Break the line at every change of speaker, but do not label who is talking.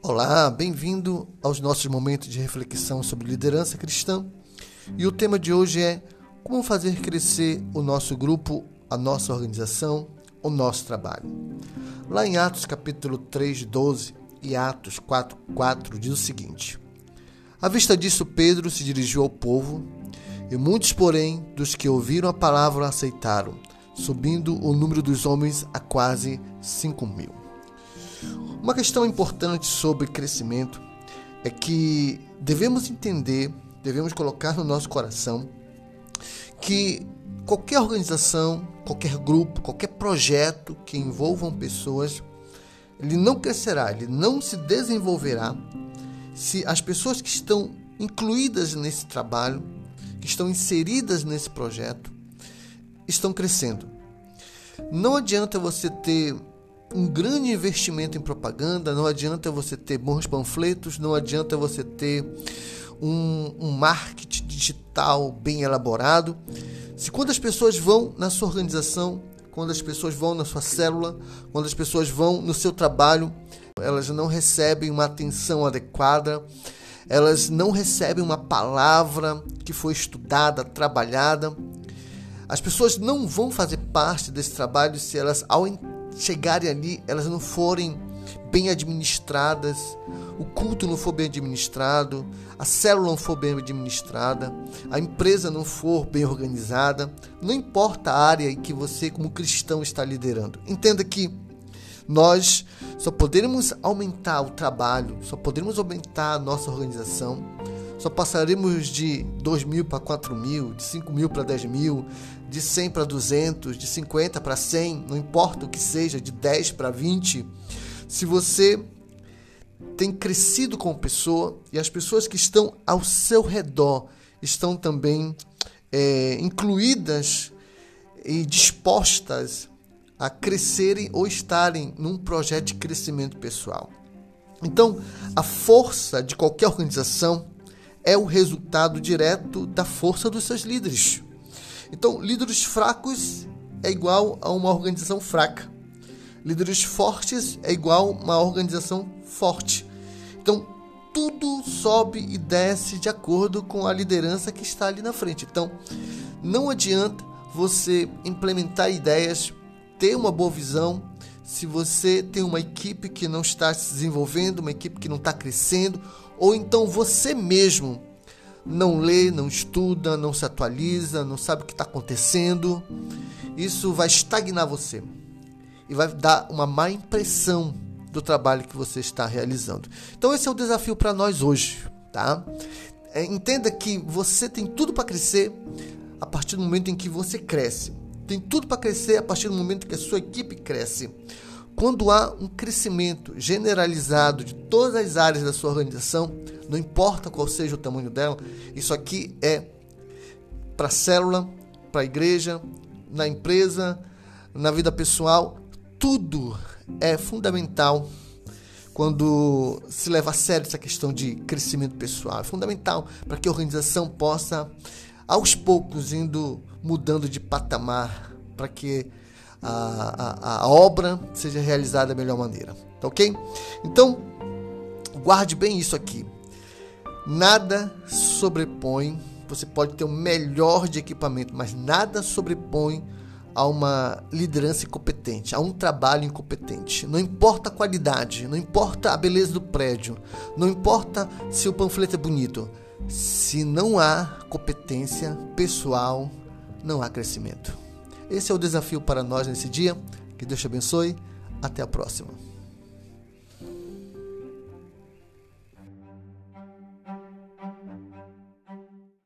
Olá, bem-vindo aos nossos momentos de reflexão sobre liderança cristã. E o tema de hoje é como fazer crescer o nosso grupo, a nossa organização, o nosso trabalho. Lá em Atos capítulo 3, 12 e Atos 4, 4 diz o seguinte: À vista disso, Pedro se dirigiu ao povo, e muitos, porém, dos que ouviram a palavra aceitaram, subindo o número dos homens a quase 5.000. Uma questão importante sobre crescimento é que devemos entender, devemos colocar no nosso coração que qualquer organização, qualquer grupo, qualquer projeto que envolvam pessoas, ele não crescerá, ele não se desenvolverá se as pessoas que estão incluídas nesse trabalho, que estão inseridas nesse projeto, estão crescendo. Não adianta você ter um grande investimento em propaganda, não adianta você ter bons panfletos, não adianta você ter um marketing digital bem elaborado. Se quando as pessoas vão na sua organização, quando as pessoas vão na sua célula, quando as pessoas vão no seu trabalho, elas não recebem uma atenção adequada, elas não recebem uma palavra que foi estudada, trabalhada, as pessoas não vão fazer parte desse trabalho se elas, ao chegarem ali, elas não forem bem administradas, o culto não for bem administrado, a célula não for bem administrada, a empresa não for bem organizada, não importa a área em que você, como cristão, está liderando. Entenda que nós só poderemos aumentar o trabalho, só poderemos aumentar a nossa organização, só passaremos de 2.000 para 4.000, de 5.000 para 10.000, de 100 para 200, de 50 para 100, não importa o que seja, de 10 para 20. Se você tem crescido como pessoa e as pessoas que estão ao seu redor estão também incluídas e dispostas a crescerem ou estarem num projeto de crescimento pessoal. Então, a força de qualquer organização é o resultado direto da força dos seus líderes. Então, líderes fracos é igual a uma organização fraca. Líderes fortes é igual a uma organização forte. Então, tudo sobe e desce de acordo com a liderança que está ali na frente. Então, não adianta você implementar ideias, ter uma boa visão, se você tem uma equipe que não está se desenvolvendo, uma equipe que não está crescendo, ou então você mesmo não lê, não estuda, não se atualiza, não sabe o que está acontecendo. Isso vai estagnar você e vai dar uma má impressão do trabalho que você está realizando. Então esse é o desafio para nós hoje, tá? Entenda que você tem tudo para crescer a partir do momento em que você cresce. Tem tudo para crescer a partir do momento que a sua equipe cresce. Quando há um crescimento generalizado de todas as áreas da sua organização, não importa qual seja o tamanho dela, isso aqui é para a célula, para a igreja, na empresa, na vida pessoal, tudo é fundamental quando se leva a sério essa questão de crescimento pessoal. É fundamental para que a organização possa, aos poucos, indo mudando de patamar, para que a obra seja realizada da melhor maneira, tá ok? Então, guarde bem isso aqui. Nada sobrepõe, você pode ter o melhor de equipamento, mas nada sobrepõe a uma liderança incompetente, a um trabalho incompetente. Não importa a qualidade, não importa a beleza do prédio, não importa se o panfleto é bonito. Se não há competência pessoal, não há crescimento. Esse é o desafio para nós nesse dia. Que Deus te abençoe. Até a próxima.